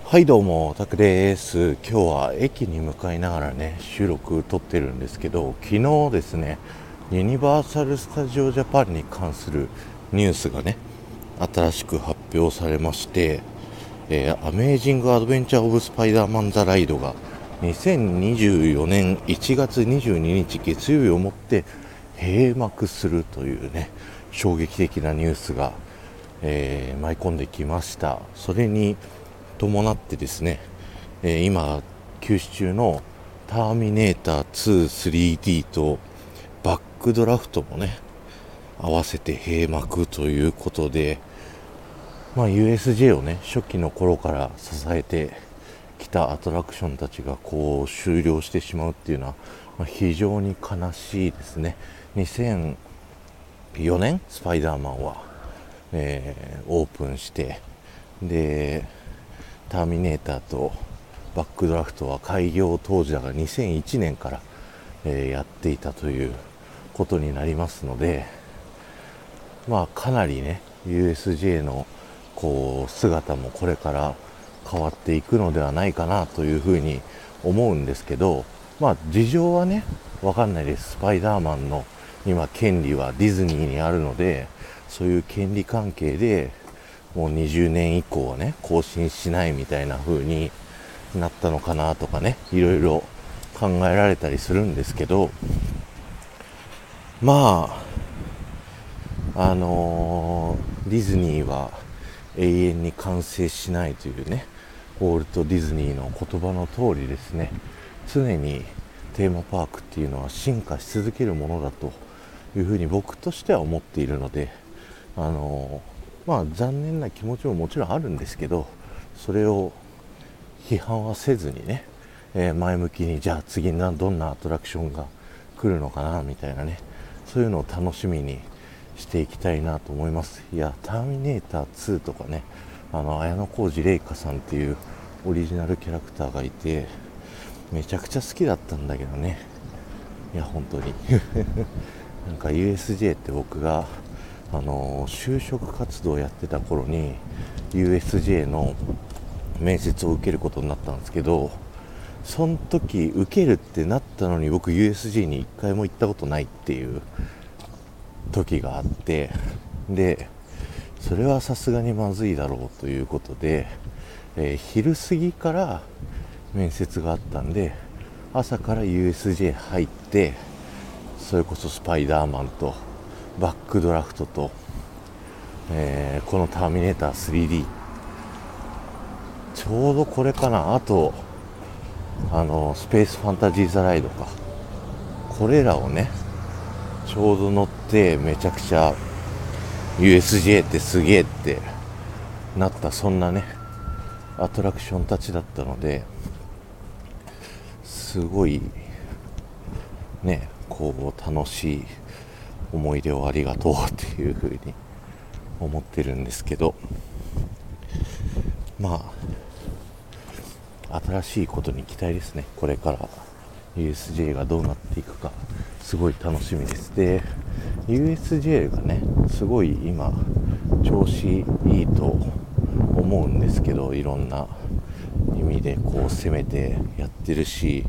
はいどうも、タクです。今日は駅に向かいながらね、収録撮ってるんですけど、昨日ですね、ユニバーサル・スタジオ・ジャパンに関するニュースがね、新しく発表されまして、アメージング・アドベンチャー・オブ・スパイダーマン・ザ・ライドが2024年1月22日月曜日をもって閉幕するというね、衝撃的なニュースが、舞い込んできました。それに伴ってですね、今休止中のターミネーター 2 3D とバックドラフトもね合わせて閉幕ということで、USJ をね初期の頃から支えてきたアトラクションたちがこう終了してしまうっていうのは、非常に悲しいですね。2004年スパイダーマンは、オープンして、でターミネーターとバックドラフトは開業当時だから2001年から、やっていたということになりますので、かなりね USJ のこう姿もこれから変わっていくのではないかなというふうに思うんですけど、事情はね分かんないです。スパイダーマンの今権利はディズニーにあるので、そういう権利関係でもう20年以降はね更新しないみたいな風になったのかなとかね、いろいろ考えられたりするんですけど、ディズニーは永遠に完成しないというね、ウォルト・ディズニーの言葉の通りですね、常にテーマパークっていうのは進化し続けるものだというふうに僕としては思っているので、残念な気持ちももちろんあるんですけど、それを批判はせずにね、前向きにじゃあ次どんなアトラクションが来るのかなみたいなね、そういうのを楽しみにしていきたいなと思います。いや、ターミネーター2とかね、綾小路麗華さんっていうオリジナルキャラクターがいてめちゃくちゃ好きだったんだけどね。いや本当になんか USJ って僕が就職活動をやってた頃に USJ の面接を受けることになったんですけど、その時受けるってなったのに僕 USJ に1回も行ったことないっていう時があって、でそれはさすがにまずいだろうということで、昼過ぎから面接があったんで朝から USJ 入って、それこそスパイダーマンとバックドラフトと、このターミネーター 3D、 ちょうどこれかな、あとスペースファンタジーザライドか、これらをねちょうど乗って、めちゃくちゃ USJ ってすげえってなった、そんなねアトラクションたちだったので、すごいねこう楽しい思い出をありがとうっていう風に思ってるんですけど、新しいことに期待ですね。これから USJ がどうなっていくかすごい楽しみです。で USJ がねすごい今調子いいと思うんですけど、いろんな意味でこう攻めてやってるし、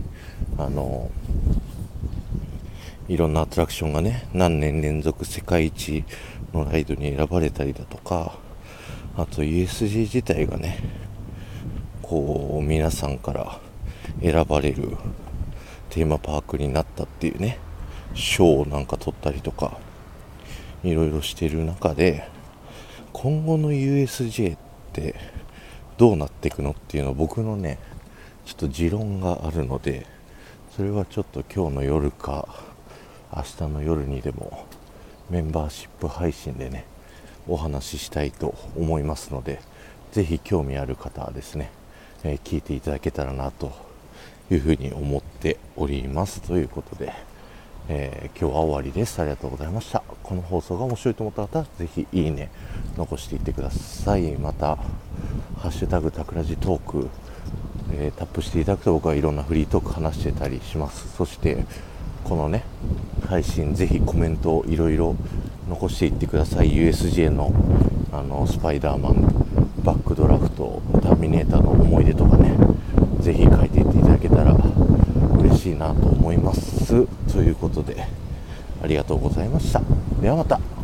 いろんなアトラクションがね何年連続世界一のライドに選ばれたりだとか、あと USJ 自体がねこう皆さんから選ばれるテーマパークになったっていうね、賞をなんか取ったりとかいろいろしてる中で、今後の USJ ってどうなっていくのっていうのは僕のねちょっと持論があるので、それはちょっと今日の夜か明日の夜にでもメンバーシップ配信でねお話ししたいと思いますので、ぜひ興味ある方はですね、聞いていただけたらなというふうに思っております。ということで、今日は終わりです。ありがとうございました。この放送が面白いと思った方はぜひいいね残していってください。またハッシュタグタクラジトーク、タップしていただくと僕はいろんなフリートーク話してたりします。そしてこのね配信ぜひコメントをいろいろ残していってください。 USJ のスパイダーマン、バックドラフト、ターミネーターの思い出としいなと思います。ということでありがとうございました。ではまた。